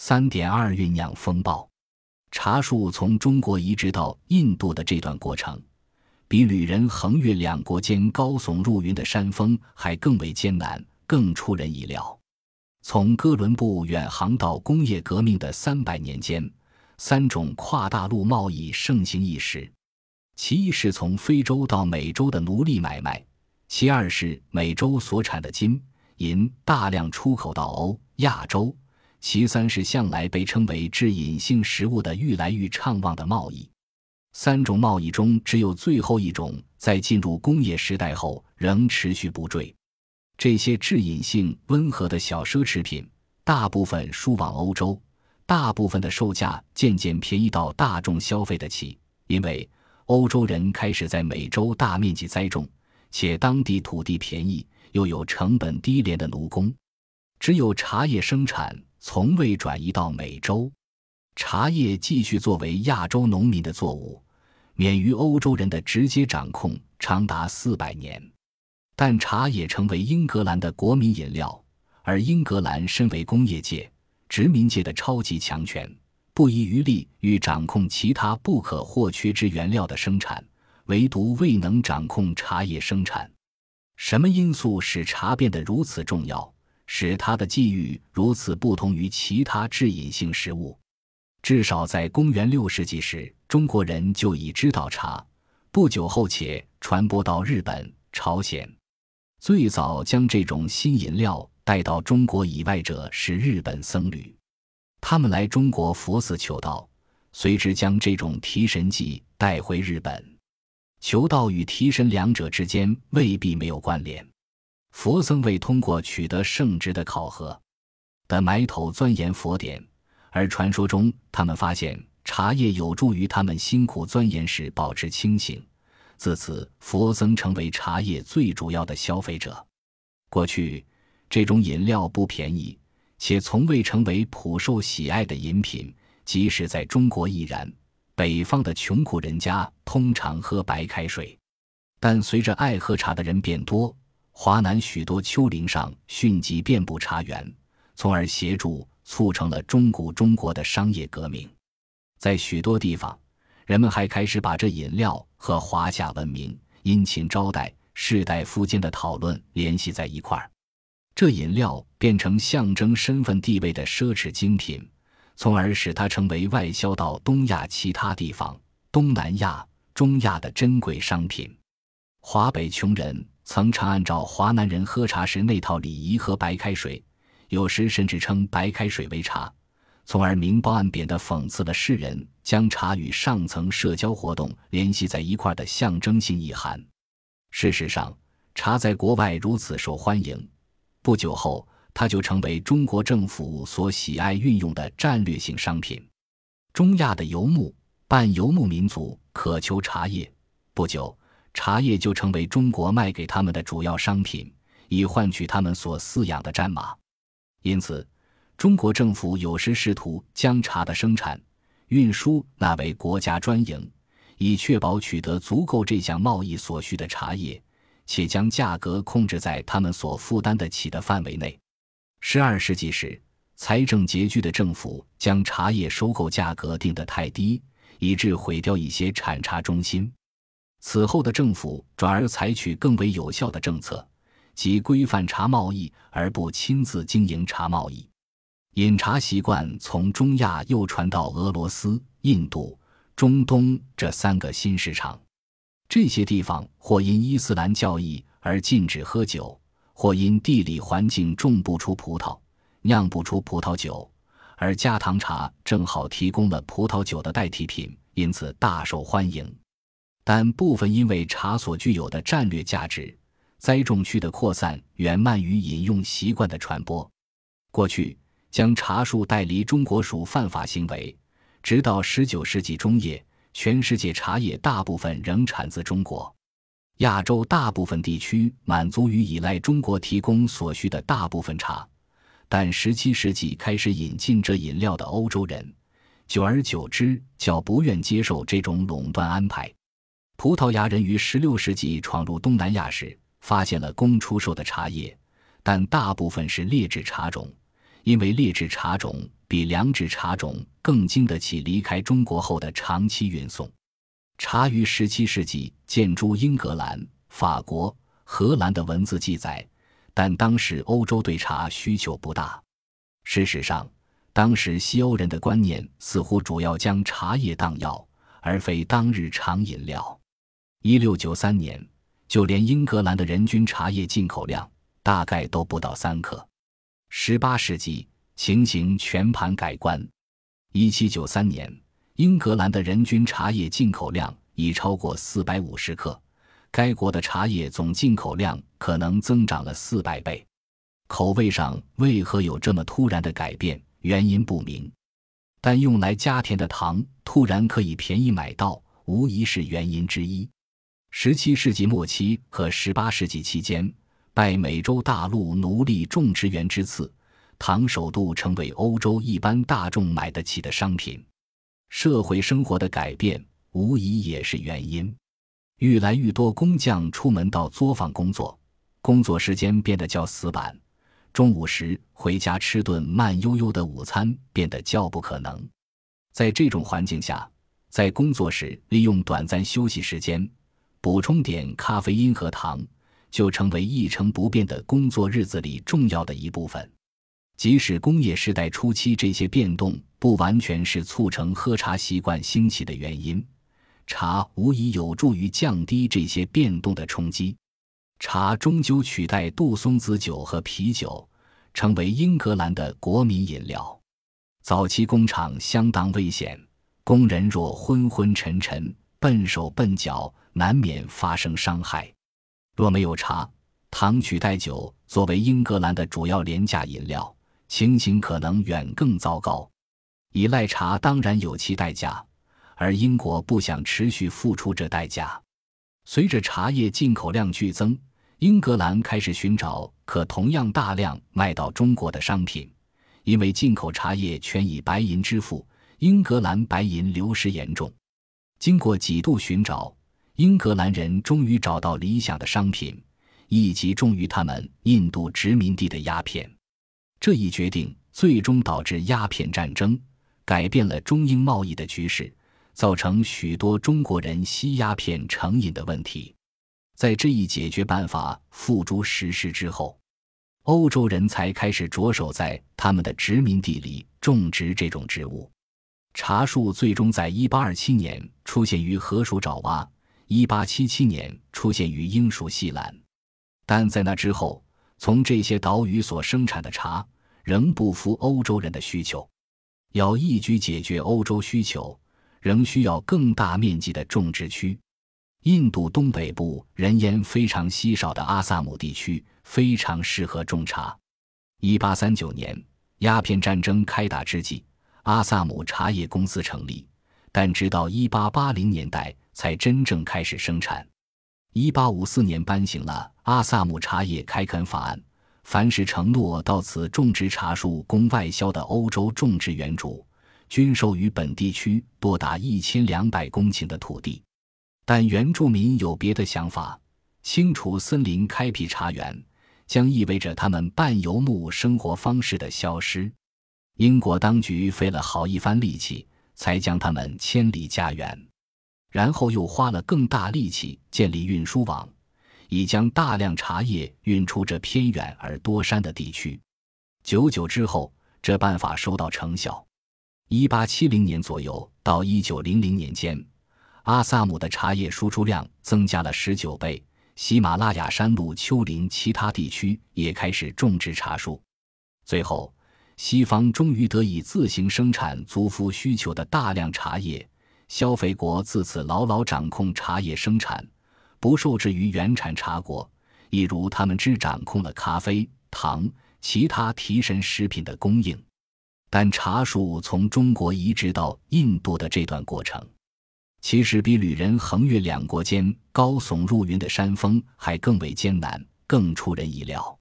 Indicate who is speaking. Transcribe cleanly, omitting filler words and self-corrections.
Speaker 1: 3.2 酝酿风暴。茶树从中国移植到印度的这段过程，比旅人横越两国间高耸入云的山峰还更为艰难，更出人意料。从哥伦布远航到工业革命的300年间，3种跨大陆贸易盛行一时。其一是从非洲到美洲的奴隶买卖，其二是美洲所产的金、银大量出口到亚洲，其三是向来被称为致隐性食物的愈来愈畅旺的贸易。3种贸易中，只有最后一种在进入工业时代后仍持续不坠。这些致隐性温和的小奢侈品，大部分输往欧洲，大部分的售价渐渐便宜到大众消费得起，因为欧洲人开始在美洲大面积栽种，且当地土地便宜，又有成本低廉的奴工。只有茶叶生产从未转移到美洲，茶叶继续作为亚洲农民的作物，免于欧洲人的直接掌控，长达400年。但茶也成为英格兰的国民饮料，而英格兰身为工业界、殖民界的超级强权，不遗余力于掌控其他不可或缺之原料的生产，唯独未能掌控茶叶生产。什么因素使茶变得如此重要，使它的际遇如此不同于其他致隐性食物？至少在公元6世纪时，中国人就已知道茶，不久后且传播到日本、朝鲜。最早将这种新饮料带到中国以外者是日本僧侣，他们来中国佛寺求道，随之将这种提神剂带回日本。求道与提神两者之间未必没有关联，佛僧未通过取得圣职的考核的埋头钻研佛典，而传说中他们发现茶叶有助于他们辛苦钻研时保持清醒，自此佛僧成为茶叶最主要的消费者。过去这种饮料不便宜，且从未成为普受喜爱的饮品，即使在中国亦然。北方的穷苦人家通常喝白开水，但随着爱喝茶的人变多，华南许多丘陵上迅即遍布茶园，从而协助促成了中古中国的商业革命。在许多地方，人们还开始把这饮料和华夏文明、殷勤招待、士大夫间的讨论联系在一块儿。这饮料变成象征身份地位的奢侈精品，从而使它成为外销到东亚其他地方、东南亚、中亚的珍贵商品。华北穷人曾常按照华南人喝茶时那套礼仪喝白开水，有时甚至称白开水为茶，从而明褒暗贬地讽刺了世人将茶与上层社交活动联系在一块的象征性意涵。事实上，茶在国外如此受欢迎，不久后它就成为中国政府所喜爱运用的战略性商品。中亚的游牧、半游牧民族渴求茶叶，不久茶叶就成为中国卖给他们的主要商品，以换取他们所饲养的战马。因此中国政府有时试图将茶的生产、运输纳为国家专营，以确保取得足够这项贸易所需的茶叶，且将价格控制在他们所负担得起的范围内。12世纪时，财政拮据的政府将茶叶收购价格定得太低，以致毁掉一些产茶中心。此后的政府转而采取更为有效的政策，即规范茶贸易而不亲自经营茶贸易。饮茶习惯从中亚又传到俄罗斯、印度、中东这3个新市场。这些地方或因伊斯兰教义而禁止喝酒，或因地理环境种不出葡萄，酿不出葡萄酒，而加糖茶正好提供了葡萄酒的代替品，因此大受欢迎。但部分因为茶所具有的战略价值，栽种区的扩散远慢于饮用习惯的传播。过去将茶树带离中国属犯法行为，直到19世纪中叶，全世界茶叶大部分仍产自中国。亚洲大部分地区满足于依赖中国提供所需的大部分茶，但17世纪开始引进这饮料的欧洲人，久而久之较不愿接受这种垄断安排。葡萄牙人于16世纪闯入东南亚时，发现了供出售的茶叶，但大部分是劣质茶种，因为劣质茶种比良质茶种更经得起离开中国后的长期运送。茶于17世纪见诸英格兰、法国、荷兰的文字记载，但当时欧洲对茶需求不大。事实上，当时西欧人的观念似乎主要将茶叶当药，而非当日常饮料。1693年，就连英格兰的人均茶叶进口量大概都不到3克。18世纪，情形全盘改观。1793年，英格兰的人均茶叶进口量已超过450克，该国的茶叶总进口量可能增长了400倍。口味上为何有这么突然的改变，原因不明，但用来加甜的糖突然可以便宜买到，无疑是原因之一。17世纪末期和18世纪期间，拜美洲大陆奴隶种植园之赐，糖首度成为欧洲一般大众买得起的商品。社会生活的改变无疑也是原因。愈来愈多工匠出门到作坊工作，工作时间变得较死板，中午时回家吃顿慢悠悠的午餐变得较不可能。在这种环境下，在工作时利用短暂休息时间补充点咖啡因和糖，就成为一成不变的工作日子里重要的一部分。即使工业时代初期这些变动不完全是促成喝茶习惯兴起的原因，茶无疑有助于降低这些变动的冲击。茶终究取代杜松子酒和啤酒，成为英格兰的国民饮料。早期工厂相当危险，工人若昏昏沉沉、笨手笨脚，难免发生伤害。若没有茶，糖取代酒作为英格兰的主要廉价饮料，情形可能远更糟糕。依赖茶当然有其代价，而英国不想持续付出这代价。随着茶叶进口量剧增，英格兰开始寻找可同样大量卖到中国的商品。因为进口茶叶全以白银支付，英格兰白银流失严重。经过几度寻找，英格兰人终于找到理想的商品，一击中于他们印度殖民地的鸦片。这一决定最终导致鸦片战争，改变了中英贸易的局势，造成许多中国人吸鸦片成瘾的问题。在这一解决办法付诸实施之后，欧洲人才开始着手在他们的殖民地里种植这种植物。茶树最终在1827年出现于荷属爪哇，1877年出现于英属西兰。但在那之后，从这些岛屿所生产的茶仍不符欧洲人的需求。要一举解决欧洲需求，仍需要更大面积的种植区。印度东北部人烟非常稀少的阿萨姆地区非常适合种茶。1839年，鸦片战争开打之际，阿萨姆茶叶公司成立，但直到1880年代才真正开始生产。1854年颁行了阿萨姆茶叶开垦法案，凡是承诺到此种植茶树供外销的欧洲种植园主，均授予本地区多达1200公顷的土地。但原住民有别的想法，清除森林开辟茶园将意味着他们半游牧生活方式的消失。英国当局费了好一番力气才将他们迁离家园，然后又花了更大力气建立运输网，以将大量茶叶运出这偏远而多山的地区。久久之后，这办法收到成效。1870年左右到1900年间，阿萨姆的茶叶输出量增加了19倍，喜马拉雅山麓丘陵其他地区也开始种植茶树。最后，西方终于得以自行生产足符需求的大量茶叶，消费国自此牢牢掌控茶叶生产，不受制于原产茶国，一如他们只掌控了咖啡、糖、其他提神食品的供应。但茶树从中国移植到印度的这段过程，其实比旅人横越两国间高耸入云的山峰还更为艰难，更出人意料。